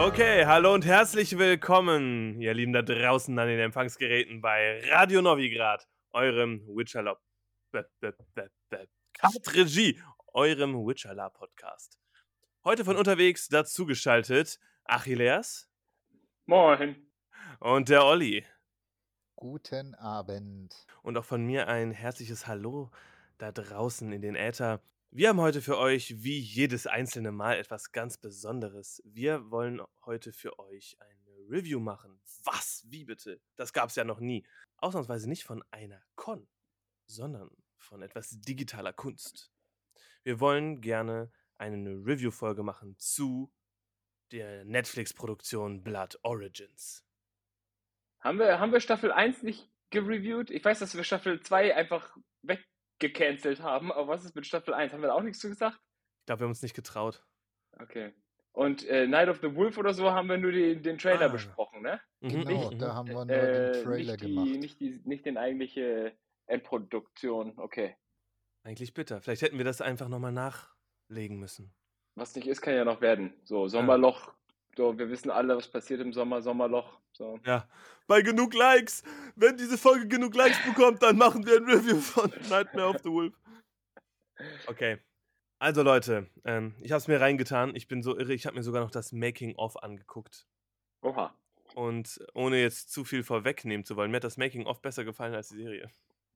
Okay, hallo und herzlich willkommen, ihr Lieben da draußen an den Empfangsgeräten bei Radio Novigrad, eurem Witcherlab Regie, eurem Witcherlab-Podcast. Heute von unterwegs dazugeschaltet Achilleas Moin. und der Olli. Guten Abend. Und auch von mir ein herzliches Hallo da draußen in den Äther. Wir haben heute für euch, wie jedes einzelne Mal, etwas ganz Besonderes. Wir wollen heute für euch eine Review machen. Was? Wie bitte? Das gab es ja noch nie. Ausnahmsweise nicht von einer Con, sondern von etwas digitaler Kunst. Wir wollen gerne eine Review-Folge machen zu der Netflix-Produktion Blood Origins. Haben wir Staffel 1 nicht gereviewt? Ich weiß, dass wir Staffel 2 einfach weggecancelt haben, aber was ist mit Staffel 1? Haben wir da auch nichts zu gesagt? Ich glaube, wir haben uns nicht getraut. Okay. Und Night of the Wolf oder so haben wir nur den Trailer besprochen, ne? Genau, da haben wir nur den Trailer gemacht. Nicht den eigentliche Endproduktion, okay. Eigentlich bitter. Vielleicht hätten wir das einfach nochmal nachlegen müssen. Was nicht ist, kann ja noch werden. So, Sommerloch, so, wir wissen alle, was passiert im Sommerloch. So. Ja, bei genug Likes. Wenn diese Folge genug Likes bekommt, dann machen wir ein Review von Nightmare of the Wolf. Okay. Also Leute, ich habe es mir reingetan. Ich bin so irre, ich habe mir sogar noch das Making-of angeguckt. Oha. Und ohne jetzt zu viel vorwegnehmen zu wollen, mir hat das Making-of besser gefallen als die Serie.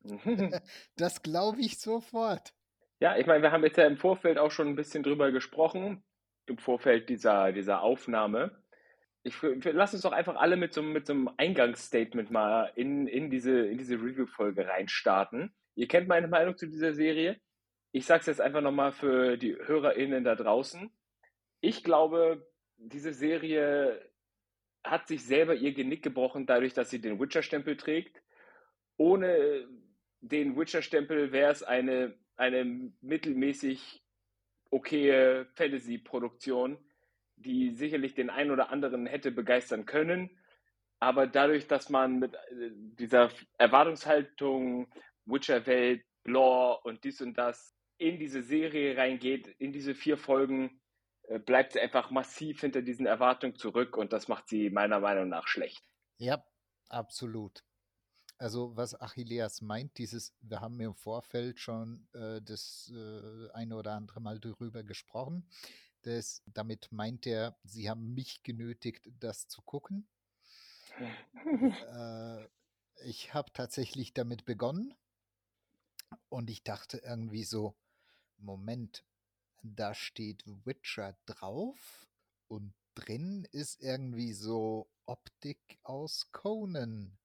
Das glaube ich sofort. Ja, ich meine, wir haben jetzt ja im Vorfeld auch schon ein bisschen drüber gesprochen, im Vorfeld dieser Aufnahme. Lass uns doch einfach alle mit so einem Eingangsstatement mal in diese Review-Folge reinstarten. Ihr kennt meine Meinung zu dieser Serie. Ich sage es jetzt einfach nochmal für die HörerInnen da draußen. Ich glaube, diese Serie hat sich selber ihr Genick gebrochen, dadurch, dass sie den Witcher-Stempel trägt. Ohne den Witcher-Stempel wäre es eine mittelmäßig okaye Fantasy-Produktion, die sicherlich den einen oder anderen hätte begeistern können. Aber dadurch, dass man mit dieser Erwartungshaltung, Witcher-Welt, Lore und dies und das in diese Serie reingeht, in diese 4 Folgen, bleibt sie einfach massiv hinter diesen Erwartungen zurück und das macht sie meiner Meinung nach schlecht. Ja, absolut. Also was Achilleas meint, wir haben im Vorfeld schon das eine oder andere Mal darüber gesprochen. Damit meint er, sie haben mich genötigt, das zu gucken. Ich habe tatsächlich damit begonnen und ich dachte irgendwie so, Moment, da steht Witcher drauf und drin ist irgendwie so Optik aus Conan.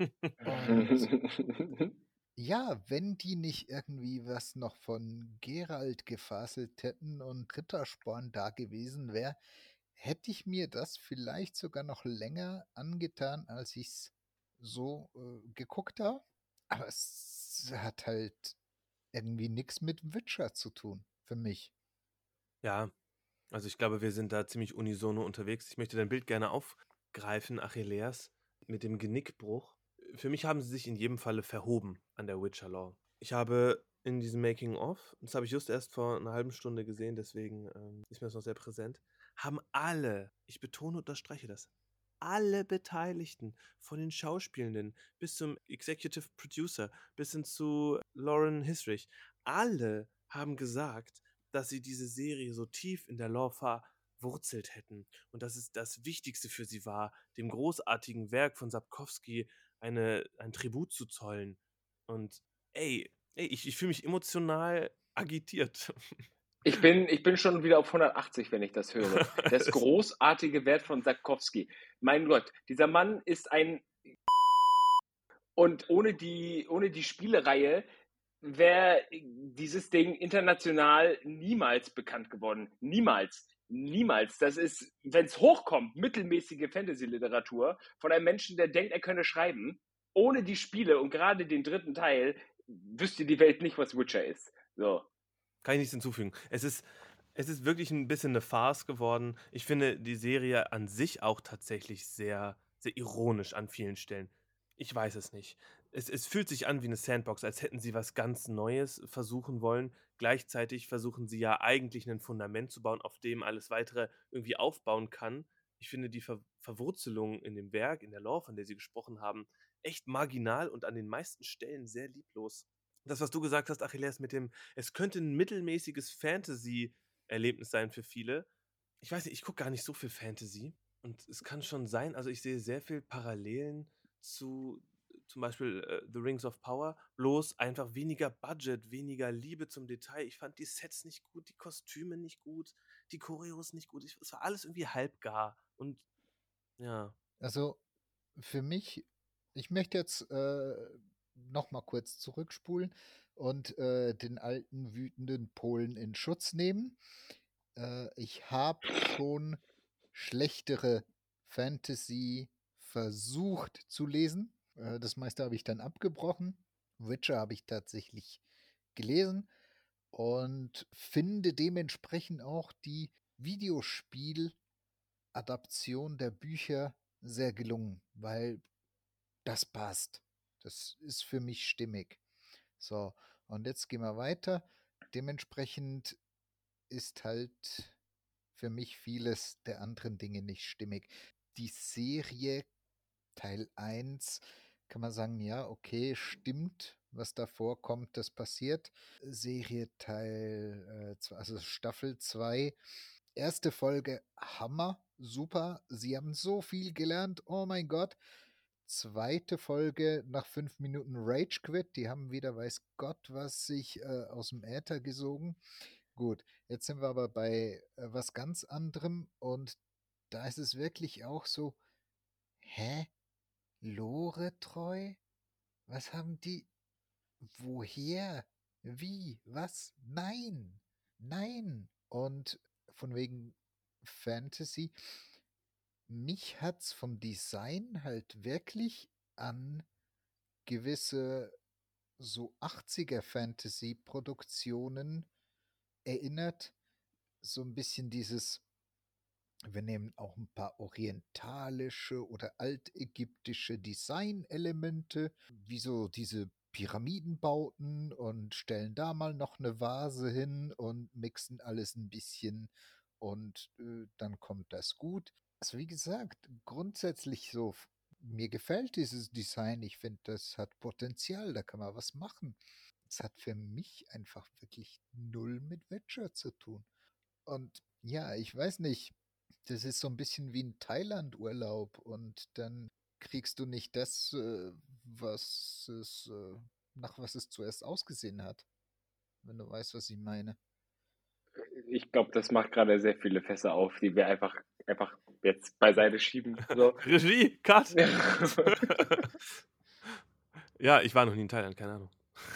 Und ja, wenn die nicht irgendwie was noch von Geralt gefaselt hätten und Rittersporn da gewesen wäre, hätte ich mir das vielleicht sogar noch länger angetan, als ich es so geguckt habe. Aber es hat halt irgendwie nichts mit Witcher zu tun, für mich. Ja, also ich glaube, wir sind da ziemlich unisono unterwegs. Ich möchte dein Bild gerne aufgreifen, Achilleas, mit dem Genickbruch. Für mich haben sie sich in jedem Falle verhoben an der Witcher-Lore. Ich habe in diesem Making-of, das habe ich just erst vor einer halben Stunde gesehen, deswegen ist mir das noch sehr präsent, haben alle, ich betone und unterstreiche das, alle Beteiligten, von den Schauspielenden bis zum Executive Producer, bis hin zu Lauren Hisrich, alle haben gesagt, dass sie diese Serie so tief in der Lore verwurzelt hätten und dass es das Wichtigste für sie war, dem großartigen Werk von Sapkowski ein Tribut zu zollen. Und ich fühle mich emotional agitiert. Ich bin schon wieder auf 180, wenn ich das höre. Das großartige Werk von Sapkowski. Mein Gott, dieser Mann ist ein und ohne die Spielereihe wäre dieses Ding international niemals bekannt geworden. Niemals. Niemals. Das ist, wenn es hochkommt, mittelmäßige Fantasy-Literatur von einem Menschen, der denkt, er könne schreiben. Ohne die Spiele und gerade den 3. Teil wüsste die Welt nicht, was Witcher ist. So. Kann ich nichts hinzufügen. Es ist wirklich ein bisschen eine Farce geworden. Ich finde die Serie an sich auch tatsächlich sehr, sehr ironisch an vielen Stellen. Ich weiß es nicht. Es fühlt sich an wie eine Sandbox, als hätten sie was ganz Neues versuchen wollen. Gleichzeitig versuchen sie ja eigentlich ein Fundament zu bauen, auf dem alles Weitere irgendwie aufbauen kann. Ich finde die Verwurzelung in dem Werk, in der Lore, von der sie gesprochen haben, echt marginal und an den meisten Stellen sehr lieblos. Das, was du gesagt hast, Achilles, mit dem, es könnte ein mittelmäßiges Fantasy-Erlebnis sein für viele. Ich weiß nicht, ich gucke gar nicht so viel Fantasy. Und es kann schon sein, also ich sehe sehr viel Parallelen zu zum Beispiel The Rings of Power, bloß einfach weniger Budget, weniger Liebe zum Detail. Ich fand die Sets nicht gut, die Kostüme nicht gut, die Choreos nicht gut. Es war alles irgendwie halbgar. Und ja. Also für mich, ich möchte jetzt noch mal kurz zurückspulen und den alten wütenden Polen in Schutz nehmen. Ich habe schon schlechtere Fantasy versucht zu lesen. Das meiste habe ich dann abgebrochen. Witcher habe ich tatsächlich gelesen und finde dementsprechend auch die Videospieladaption der Bücher sehr gelungen, weil das passt. Das ist für mich stimmig. So, und jetzt gehen wir weiter. Dementsprechend ist halt für mich vieles der anderen Dinge nicht stimmig. Die Serie Teil 1 kann man sagen, ja, okay, stimmt, was da vorkommt, das passiert. Serie Teil 2, also Staffel 2, erste Folge, Hammer, super, sie haben so viel gelernt, oh mein Gott. Zweite Folge, nach 5 Minuten Rage Quit, die haben wieder weiß Gott was sich aus dem Äther gesogen. Gut, jetzt sind wir aber bei was ganz anderem und da ist es wirklich auch so, hä? Lore treu? Was haben die? Woher? Wie? Was? Nein! Nein! Und von wegen Fantasy, mich hat's vom Design halt wirklich an gewisse so 80er Fantasy-Produktionen erinnert. So ein bisschen dieses, wir nehmen auch ein paar orientalische oder altägyptische Designelemente, wie so diese Pyramidenbauten und stellen da mal noch eine Vase hin und mixen alles ein bisschen und dann kommt das gut. Also wie gesagt, grundsätzlich so, mir gefällt dieses Design. Ich finde, das hat Potenzial, da kann man was machen. Es hat für mich einfach wirklich null mit Witcher zu tun. Und ja, ich weiß nicht, das ist so ein bisschen wie ein Thailand-Urlaub und dann kriegst du nicht das, was es, nach was es zuerst ausgesehen hat, wenn du weißt, was ich meine. Ich glaube, das macht gerade sehr viele Fässer auf, die wir einfach jetzt beiseite schieben. So. Regie, Cut! Ja, ich war noch nie in Thailand, keine Ahnung.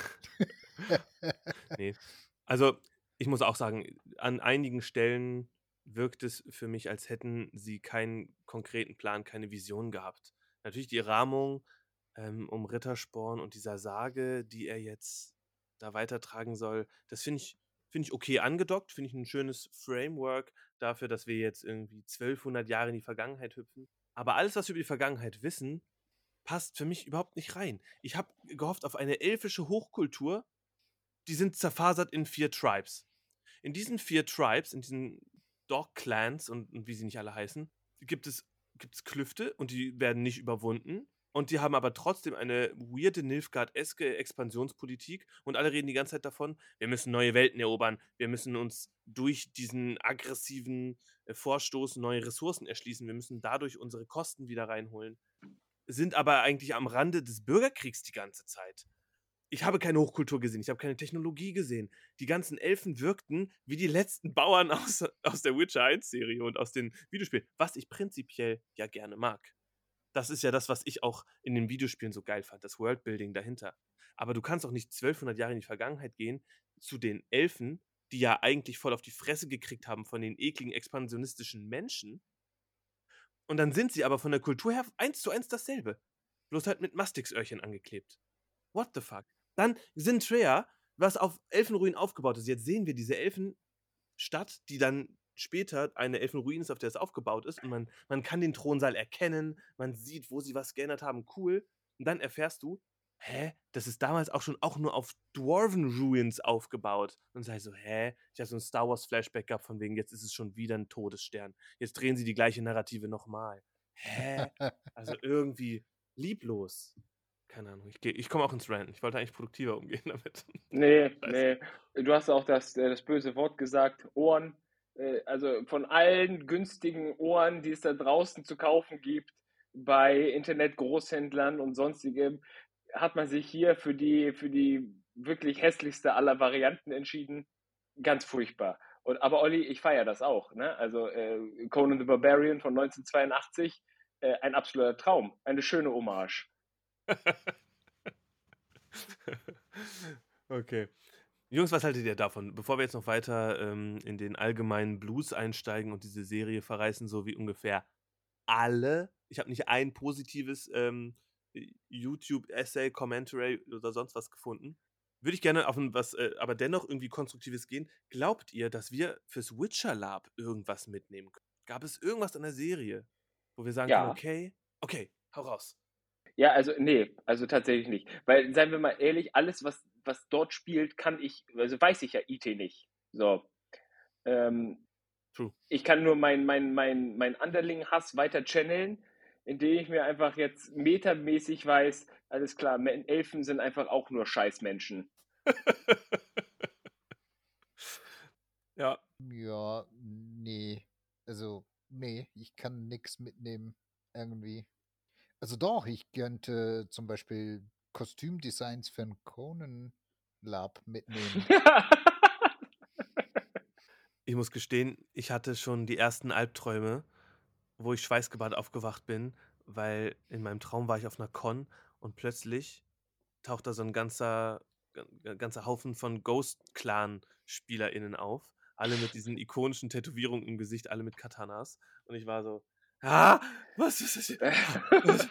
Nee. Also, ich muss auch sagen, an einigen Stellen wirkt es für mich, als hätten sie keinen konkreten Plan, keine Vision gehabt. Natürlich die Rahmung um Rittersporn und dieser Sage, die er jetzt da weitertragen soll, das finde ich okay angedockt, finde ich ein schönes Framework dafür, dass wir jetzt irgendwie 1200 Jahre in die Vergangenheit hüpfen. Aber alles, was wir über die Vergangenheit wissen, passt für mich überhaupt nicht rein. Ich habe gehofft auf eine elfische Hochkultur, die sind zerfasert in 4 Tribes. In diesen 4 Tribes, in diesen Dog Clans und wie sie nicht alle heißen, gibt es Klüfte und die werden nicht überwunden. Und die haben aber trotzdem eine weirde Nilfgaard-eske Expansionspolitik und alle reden die ganze Zeit davon, wir müssen neue Welten erobern, wir müssen uns durch diesen aggressiven Vorstoß neue Ressourcen erschließen, wir müssen dadurch unsere Kosten wieder reinholen. Sind aber eigentlich am Rande des Bürgerkriegs die ganze Zeit. Ich habe keine Hochkultur gesehen, ich habe keine Technologie gesehen. Die ganzen Elfen wirkten wie die letzten Bauern aus der Witcher 1-Serie und aus den Videospielen, was ich prinzipiell ja gerne mag. Das ist ja das, was ich auch in den Videospielen so geil fand, das Worldbuilding dahinter. Aber du kannst auch nicht 1200 Jahre in die Vergangenheit gehen zu den Elfen, die ja eigentlich voll auf die Fresse gekriegt haben von den ekligen expansionistischen Menschen. Und dann sind sie aber von der Kultur her 1:1 dasselbe. Bloß halt mit Mastixöhrchen angeklebt. What the fuck? Dann Sintrea, was auf Elfenruinen aufgebaut ist. Jetzt sehen wir diese Elfenstadt, die dann später eine Elfenruine ist, auf der es aufgebaut ist. Und man kann den Thronsaal erkennen, man sieht, wo sie was geändert haben. Cool. Und dann erfährst du, hä? Das ist damals auch nur auf Dwarven Ruins aufgebaut. Und sag ich so, hä? Ich habe so ein Star Wars Flashback gehabt von wegen, jetzt ist es schon wieder ein Todesstern. Jetzt drehen sie die gleiche Narrative nochmal. Hä? Also irgendwie lieblos. Keine Ahnung, ich komme auch ins Ranten. Ich wollte eigentlich produktiver umgehen damit. Nee, Scheiße. nee. Du hast auch das böse Wort gesagt, Ohren. Also von allen günstigen Ohren, die es da draußen zu kaufen gibt, bei Internet-Großhändlern und sonstigem, hat man sich hier für die wirklich hässlichste aller Varianten entschieden. Ganz furchtbar. Aber Olli, ich feiere das auch. Ne? Also Conan the Barbarian von 1982, ein absoluter Traum, eine schöne Hommage. Okay. Jungs, was haltet ihr davon? Bevor wir jetzt noch weiter in den allgemeinen Blues einsteigen und diese Serie verreißen, so wie ungefähr alle. Ich habe nicht ein positives YouTube-Essay, Commentary oder sonst was gefunden. Würde ich gerne auf was, aber dennoch irgendwie Konstruktives gehen. Glaubt ihr, dass wir fürs Witcher Lab irgendwas mitnehmen können? Gab es irgendwas in der Serie, wo wir sagen können, Ja. okay, hau raus. Ja, also nee, also tatsächlich nicht. Weil, seien wir mal ehrlich, alles, was dort spielt, weiß ich ja IT nicht. So. True. Ich kann nur mein Underling-Hass weiter channeln, indem ich mir einfach jetzt metamäßig weiß, alles klar, Elfen sind einfach auch nur Scheißmenschen. Ja. Ja, nee. Also, nee, ich kann nichts mitnehmen. Irgendwie. Also doch, ich könnte zum Beispiel Kostümdesigns für ein Conan Lab mitnehmen. Ich muss gestehen, ich hatte schon die ersten Albträume, wo ich schweißgebadet aufgewacht bin, weil in meinem Traum war ich auf einer Con und plötzlich taucht da so ein ganzer Haufen von Ghost-Clan-SpielerInnen auf. Alle mit diesen ikonischen Tätowierungen im Gesicht, alle mit Katanas. Und ich war so, was ist das hier?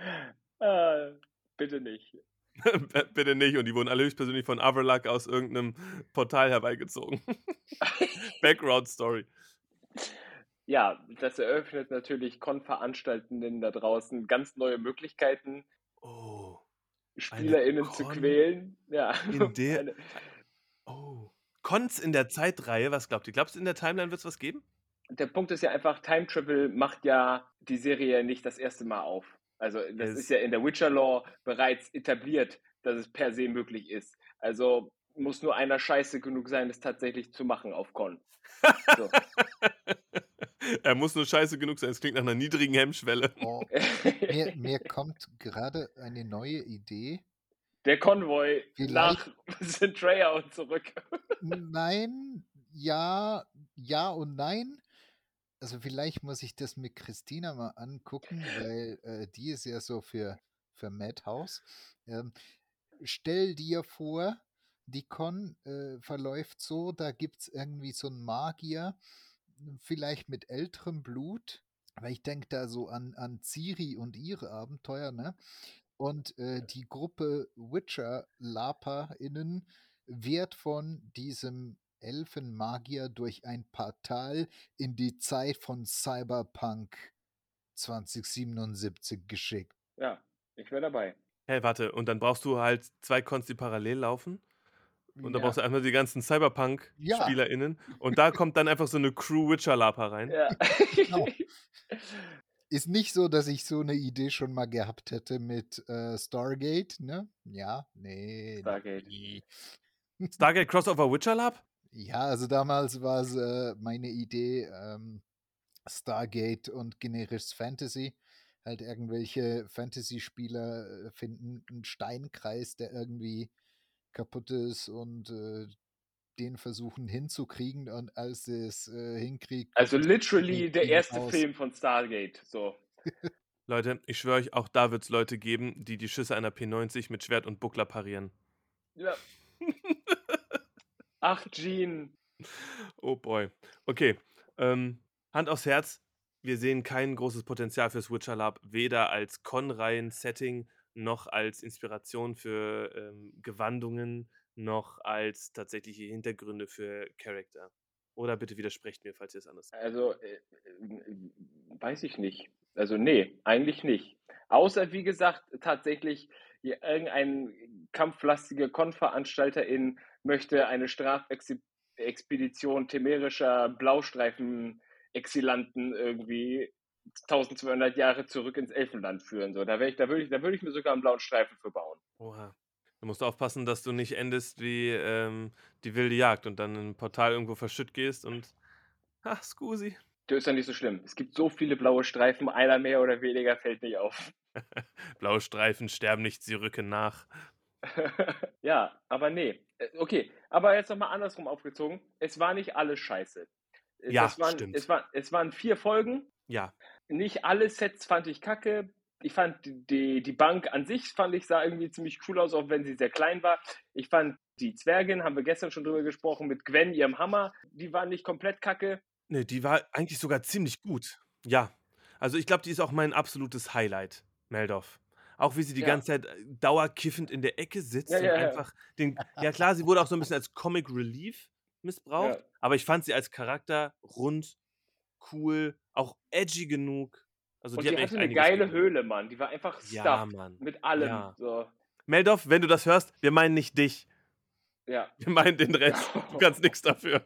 Bitte nicht. Bitte nicht. Und die wurden alle höchstpersönlich von Averluck aus irgendeinem Portal herbeigezogen. Background-Story. Ja, das eröffnet natürlich Con-Veranstaltenden da draußen ganz neue Möglichkeiten, Oh, eine SpielerInnen zu Con quälen. Ja, in der. eine, Oh. Cons in der Zeitreihe, was glaubt ihr? Glaubst du, in der Timeline wird es was geben? der Punkt ist ja einfach, Time Travel macht ja die Serie nicht das erste Mal auf. Also das ist ja in der Witcher Lore bereits etabliert, dass es per se möglich ist. Also muss nur einer scheiße genug sein, es tatsächlich zu machen auf Con. So. Er muss nur scheiße genug sein. Es klingt nach einer niedrigen Hemmschwelle. Oh, mir kommt gerade eine neue Idee. Der Konvoi Vielleicht, nach Centrea und zurück. nein, ja und nein. Also vielleicht muss ich das mit Christina mal angucken, weil die ist ja so für Madhouse. Stell dir vor, die Con verläuft so, da gibt es irgendwie so einen Magier, vielleicht mit älterem Blut, weil ich denke da so an Ciri und ihre Abenteuer, ne? Und die Gruppe Witcher-LaperInnen wird von diesem Elfenmagier durch ein Portal in die Zeit von Cyberpunk 2077 geschickt. Ja, ich wäre dabei. Hey, warte, und dann brauchst du halt 2 Cons, die parallel laufen. Und da Ja. brauchst du einmal die ganzen Ja, Cyberpunk-SpielerInnen. Und da kommt dann einfach so eine Crew Witcher-Lapa rein. Ja. genau. Ist nicht so, dass ich so eine Idee schon mal gehabt hätte mit Stargate, ne? Ja, nee. Stargate. Nee. Stargate Crossover Witcher Lab? Ja, also damals war es meine Idee, Stargate und generisches Fantasy. Halt irgendwelche Fantasy-Spieler finden einen Steinkreis, der irgendwie kaputt ist und den versuchen hinzukriegen und als sie es hinkriegt, Also kommt literally Stargate der wieder erste raus. Film von Stargate. So. Leute, ich schwöre euch, auch da wird es Leute geben, die die Schüsse einer P90 mit Schwert und Buckler parieren. Ja. Ach, Gene. Oh boy. Okay, Hand aufs Herz, wir sehen kein großes Potenzial fürs Witcher Lab, weder als Con-Reihen-Setting noch als Inspiration für Gewandungen, noch als tatsächliche Hintergründe für Charakter. Oder bitte widersprecht mir, falls ihr es anders seht. Also, weiß ich nicht. Also, nee, eigentlich nicht. Außer, wie gesagt, tatsächlich hier irgendein kampflastige Konveranstalterin möchte eine Strafexpedition temerischer Blaustreifen-Exilanten irgendwie 1200 Jahre zurück ins Elfenland führen. So, da würde ich mir sogar einen blauen Streifen für bauen. Oha. Du musst aufpassen, dass du nicht endest wie die wilde Jagd und dann in ein Portal irgendwo verschütt gehst und Scusi. Das ist ja nicht so schlimm. Es gibt so viele blaue Streifen, einer mehr oder weniger fällt nicht auf. Blaue Streifen sterben nicht, sie rücken nach. Ja, aber nee. Okay, aber jetzt nochmal andersrum aufgezogen. Es war nicht alles scheiße. Ja, stimmt. Es waren 4 Folgen. Ja. Nicht alle Sets fand ich kacke. Ich fand die Bank an sich, sah irgendwie ziemlich cool aus, auch wenn sie sehr klein war. Ich fand die Zwergin, haben wir gestern schon drüber gesprochen, mit Gwen, ihrem Hammer, die war nicht komplett kacke. Ne, die war eigentlich sogar ziemlich gut. Ja. Also, ich glaube, die ist auch mein absolutes Highlight, Meldorf. Auch wie sie die Ja. ganze Zeit dauerkiffend in der Ecke sitzt Ja, und ja, ja. einfach den ja klar, sie wurde auch so 'n bisschen als Comic Relief missbraucht, Ja. aber ich fand sie als Charakter rund, cool, auch edgy genug. Also, Und die hat die mir echt hatte eine einiges geile gegeben. Höhle, Mann. Die war einfach Ja, stuffed Mann. mit allem. Ja. So, Meldorf, wenn du das hörst, wir meinen nicht dich. ja. Wir meinen den Rest. Du kannst nix dafür.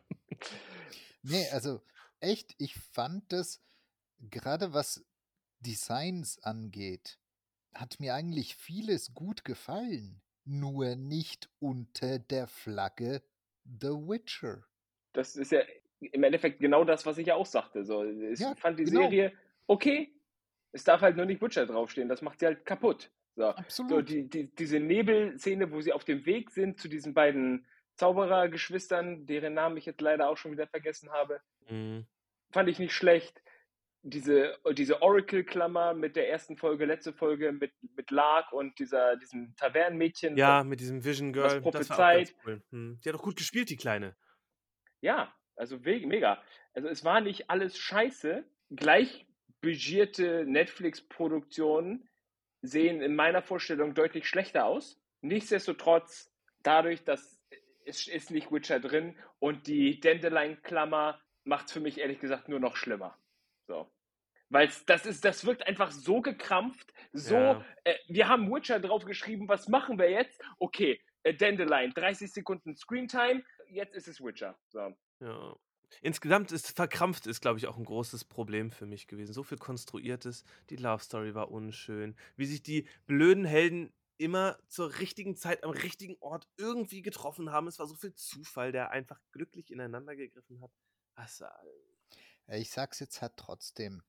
Nee, also echt, ich fand das, gerade was Designs angeht, hat mir eigentlich vieles gut gefallen. Nur nicht unter der Flagge The Witcher. Das ist ja im Endeffekt genau das, was ich ja auch sagte. So, Ja, ich fand die genau. Serie okay. Es darf halt nur nicht Witcher draufstehen. Das macht sie halt kaputt. So, Absolut. diese Nebelszene, wo sie auf dem Weg sind zu diesen beiden Zauberergeschwistern, deren Namen ich jetzt leider auch schon wieder vergessen habe, Mhm. fand ich nicht schlecht. Diese Oracle-Klammer mit der ersten Folge, letzte Folge mit Lark und diesem Tavernenmädchen, Ja, mit diesem Vision was Girl, das war auch ganz prophezeit. cool. Die hat auch gut gespielt, die Kleine. Ja, also mega. Also es war nicht alles scheiße. Gleich budgetierte Netflix-Produktionen sehen in meiner Vorstellung deutlich schlechter aus. Nichtsdestotrotz, dadurch, dass es ist nicht Witcher drin und die Dandelion-Klammer macht es für mich ehrlich gesagt nur noch schlimmer. So. Weil das wirkt einfach so gekrampft, so, Ja. Wir haben Witcher draufgeschrieben, was machen wir jetzt? Okay, Dandelion, 30 Sekunden Screentime, jetzt ist es Witcher. So. Ja. Insgesamt ist verkrampft ist, glaube ich, auch 'n großes Problem für mich gewesen. So viel Konstruiertes, die Love Story war unschön. Wie sich die blöden Helden immer zur richtigen Zeit am richtigen Ort irgendwie getroffen haben. Es war so viel Zufall, der einfach glücklich ineinander gegriffen hat. Das war Ich sag's jetzt halt trotzdem.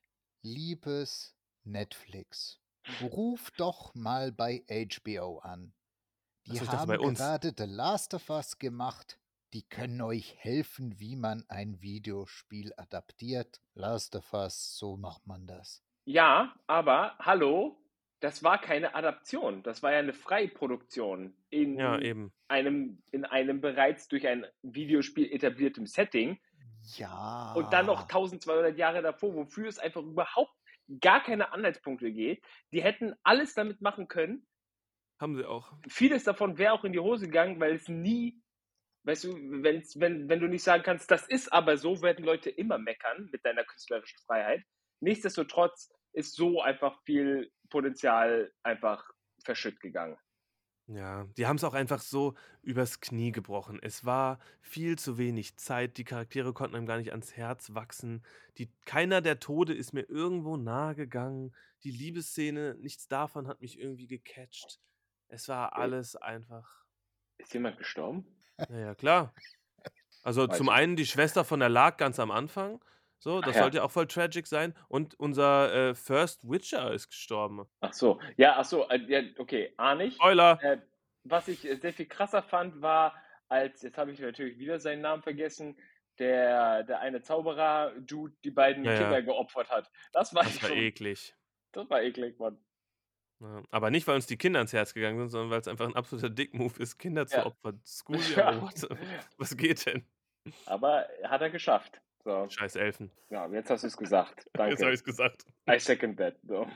Liebes Netflix, ruf doch mal bei HBO an. Die Achso, ich dachte bei haben uns. gerade The Last of Us gemacht. Die können euch helfen, wie man ein Videospiel adaptiert. Last of Us, so macht man das. Ja, aber hallo, das war keine Adaption, das war ja eine Freiproduktion Ja, eben. in einem bereits durch ein Videospiel etabliertem Setting und dann noch Ja, 1200 Jahre davor, wofür es einfach überhaupt gar keine Anhaltspunkte geht. Die hätten alles damit machen können. Haben sie auch. Vieles davon wäre auch in die Hose gegangen, weil es nie, weißt du, wenn du nicht sagen kannst, das ist aber so, werden Leute immer meckern mit deiner künstlerischen Freiheit. Nichtsdestotrotz ist so einfach viel Potenzial einfach verschütt gegangen. Ja, die haben's auch einfach so übers Knie gebrochen. Es war viel zu wenig Zeit. Die Charaktere konnten einem gar nicht ans Herz wachsen. Keiner der Tode ist mir irgendwo nahe gegangen. Die Liebesszene, nichts davon hat mich irgendwie gecatcht. Es war Äh, alles einfach Ist jemand gestorben? na ja, klar. Also, Weiß zum ich. einen die Schwester von der Lark ganz am Anfang, so, Ach das sollte ja. ja auch voll tragic sein. Und unser, First Witcher ist gestorben. Ach so. Ja, ach so. Ja, okay. Ahne ich. Spoiler! Was ich sehr viel krasser fand, war, jetzt habe ich natürlich wieder seinen Namen vergessen, der eine Zauberer-Dude die beiden Ja, Kinder ja, geopfert hat. Das war das war schon, eklig. das war eklig, Mann. Ja, aber nicht, weil uns die Kinder ans Herz gegangen sind, sondern weil's einfach 'n absoluter Dick-Move ist, Kinder zu Ja. opfern. Scusi, aber Ja. was geht denn? Aber hat er geschafft. So. Scheiß Elfen. Ja, jetzt hast du es gesagt. Jetzt habe Danke. ich's gesagt. I second that. So.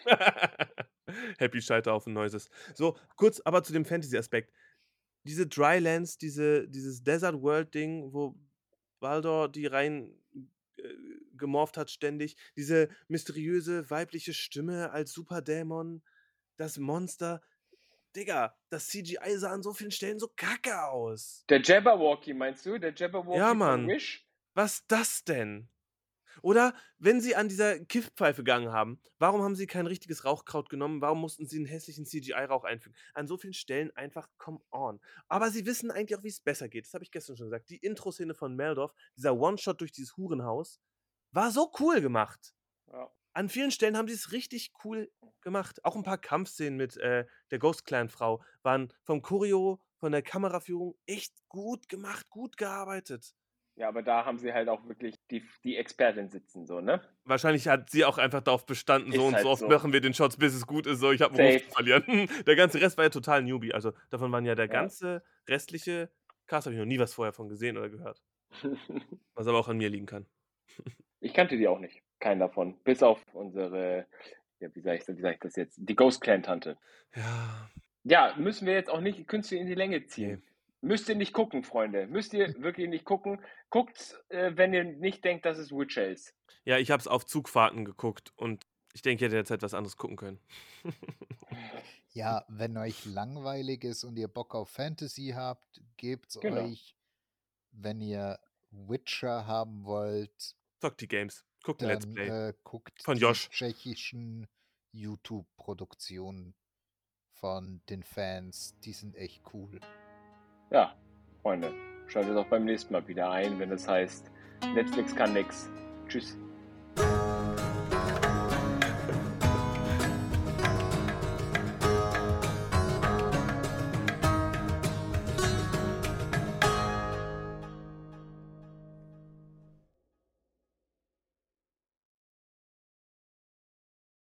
Happy Scheiterhaufen Noises. So, kurz aber zu dem Fantasy-Aspekt. Diese Drylands, dieses Desert World-Ding, wo Baldur die rein, äh, gemorpht hat ständig, diese mysteriöse weibliche Stimme als Superdämon. das Monster, Digga, das CGI sah an so vielen Stellen so kacke aus. Der Jabberwocky, meinst du? Der Jabberwocky Ja, von Mann. Wish? Was das denn? Oder wenn sie an dieser Kiffpfeife gegangen haben, warum haben sie kein richtiges Rauchkraut genommen? Warum mussten sie einen hässlichen CGI-Rauch einfügen? An so vielen Stellen einfach, come on. Aber sie wissen eigentlich auch, wie es besser geht. Das habe ich gestern schon gesagt. Die Intro-Szene von Meldorf, dieser One-Shot durch dieses Hurenhaus, war so cool gemacht. Ja. An vielen Stellen haben sie es richtig cool gemacht. Auch ein paar Kampfszenen mit der Ghost Clan-Frau waren vom Choreo, von der Kameraführung echt gut gemacht, gut gearbeitet. Ja, aber da haben sie halt auch wirklich die Expertin sitzen, so, ne? Wahrscheinlich hat sie auch einfach darauf bestanden, so Ist und halt so oft so. machen wir den Shots, bis es gut ist, so ich habe einen Ruf Safe. zu verlieren. Der ganze Rest war ja total Newbie. Also davon waren ja der Ja. ganze restliche Cast, habe ich noch nie was vorher von gesehen oder gehört. Was aber auch an mir liegen kann. Ich kannte die auch nicht. Keinen davon. Bis auf unsere, ja, wie sag ich das jetzt? Die Ghost Clan-Tante. Ja, Ja, müssen wir jetzt auch nicht künstlich in die Länge ziehen. nee. Müsst ihr nicht gucken, Freunde. Müsst ihr wirklich nicht gucken. Guckt, wenn ihr nicht denkt, dass es Witcher ist. Ja, ich habe es auf Zugfahrten geguckt und ich denke, ich hätte jetzt etwas anderes gucken können. Ja, wenn euch langweilig ist und ihr Bock auf Fantasy habt, gebt's Genau. euch. Wenn ihr Witcher haben wollt, Zockt die Games. Guckt ein Let's dann Play. guckt Von die Josh. tschechischen YouTube-Produktionen von den Fans. Die sind echt cool. Ja, Freunde, schaltet auch beim nächsten Mal wieder ein, wenn es heißt, Netflix kann nix. Tschüss.